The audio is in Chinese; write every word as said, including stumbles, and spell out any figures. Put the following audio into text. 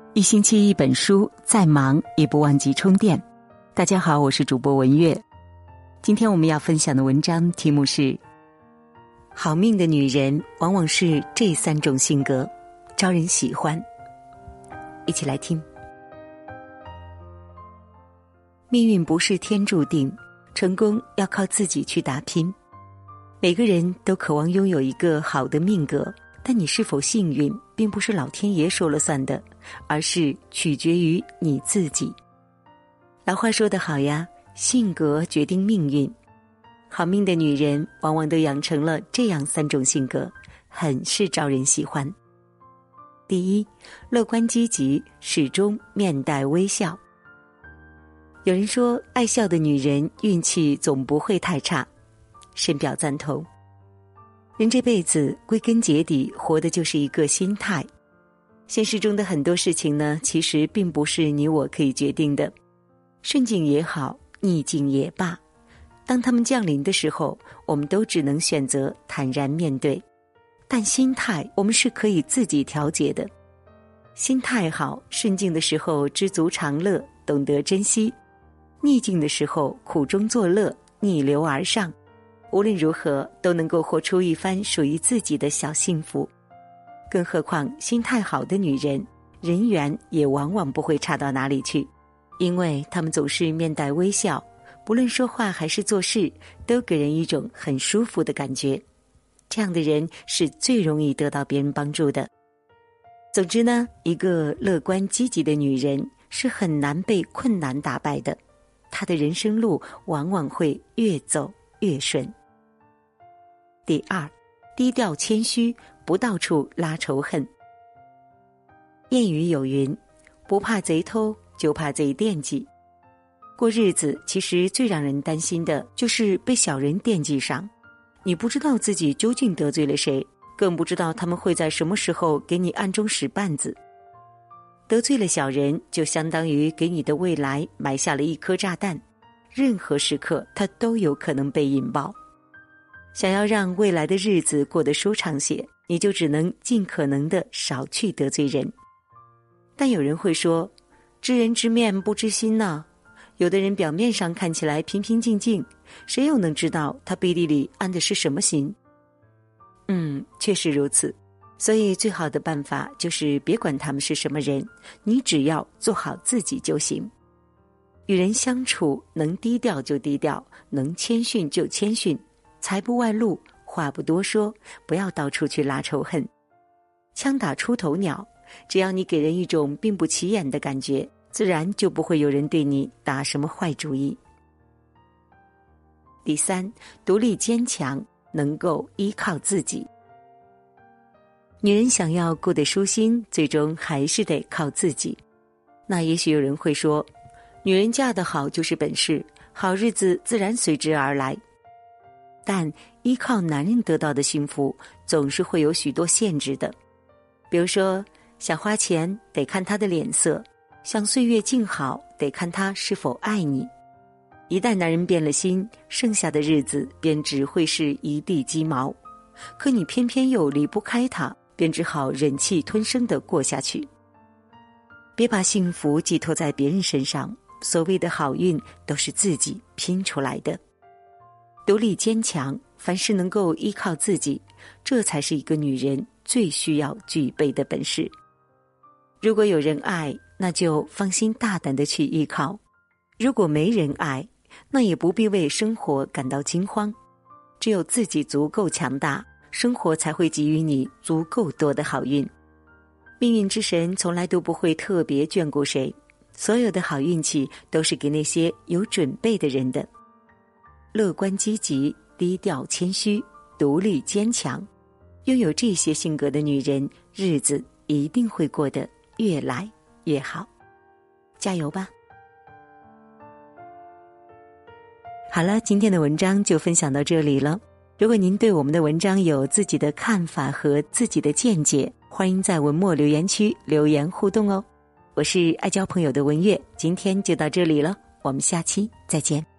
一星期一本书，再忙也不忘记充电。大家好，我是主播文月。今天我们要分享的文章题目是：好命的女人往往是这三种性格，招人喜欢。一起来听。命运不是天注定，成功要靠自己去打拼。每个人都渴望拥有一个好的命格，但你是否幸运并不是老天爷说了算的，而是取决于你自己。老话说得好呀，性格决定命运。好命的女人往往都养成了这样三种性格，很是招人喜欢。第一，乐观积极，始终面带微笑。有人说，爱笑的女人运气总不会太差，深表赞同。人这辈子归根结底活的就是一个心态。现实中的很多事情呢，其实并不是你我可以决定的。顺境也好，逆境也罢，当他们降临的时候，我们都只能选择坦然面对。但心态我们是可以自己调节的。心态好，顺境的时候知足常乐，懂得珍惜；逆境的时候苦中作乐，逆流而上。无论如何都能够活出一番属于自己的小幸福。更何况心态好的女人，人缘也往往不会差到哪里去，因为她们总是面带微笑，不论说话还是做事，都给人一种很舒服的感觉。这样的人是最容易得到别人帮助的。总之呢，一个乐观积极的女人是很难被困难打败的，她的人生路往往会越走越顺。第二，低调谦虚，不到处拉仇恨。谚语有云，不怕贼偷，就怕贼惦记。过日子其实最让人担心的就是被小人惦记上。你不知道自己究竟得罪了谁，更不知道他们会在什么时候给你暗中使绊子。得罪了小人，就相当于给你的未来埋下了一颗炸弹，任何时刻它都有可能被引爆。想要让未来的日子过得舒畅些，你就只能尽可能的少去得罪人。但有人会说，知人知面不知心呢。有的人表面上看起来平平静静，谁又能知道他背地里安的是什么心？嗯，确实如此。所以最好的办法就是别管他们是什么人，你只要做好自己就行。与人相处，能低调就低调，能谦逊就谦逊，财不外露，话不多说，不要到处去拉仇恨。枪打出头鸟，只要你给人一种并不起眼的感觉，自然就不会有人对你打什么坏主意。第三，独立坚强，能够依靠自己。女人想要过得舒心，最终还是得靠自己。那也许有人会说，女人嫁得好就是本事，好日子自然随之而来。但依靠男人得到的幸福总是会有许多限制的。比如说，想花钱得看他的脸色，想岁月静好得看他是否爱你。一旦男人变了心，剩下的日子便只会是一地鸡毛。可你偏偏又离不开他，便只好忍气吞声地过下去。别把幸福寄托在别人身上，所谓的好运都是自己拼出来的。独立坚强，凡事能够依靠自己，这才是一个女人最需要具备的本事。如果有人爱，那就放心大胆地去依靠；如果没人爱，那也不必为生活感到惊慌。只有自己足够强大，生活才会给予你足够多的好运。命运之神从来都不会特别眷顾谁，所有的好运气都是给那些有准备的人的。乐观积极，低调谦虚，独立坚强，拥有这些性格的女人，日子一定会过得越来越好。加油吧！好了，今天的文章就分享到这里了。如果您对我们的文章有自己的看法和自己的见解，欢迎在文末留言区留言互动哦。我是爱交朋友的文月，今天就到这里了，我们下期再见。